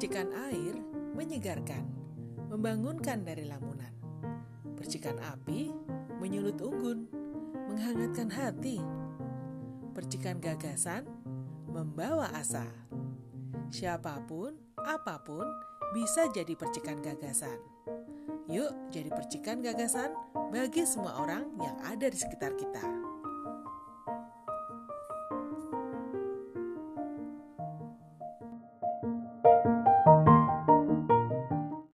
Percikan air menyegarkan, membangunkan dari lamunan. Percikan api menyulut unggun, menghangatkan hati. Percikan gagasan membawa asa. Siapapun, apapun bisa jadi percikan gagasan. Yuk jadi percikan gagasan bagi semua orang yang ada di sekitar kita.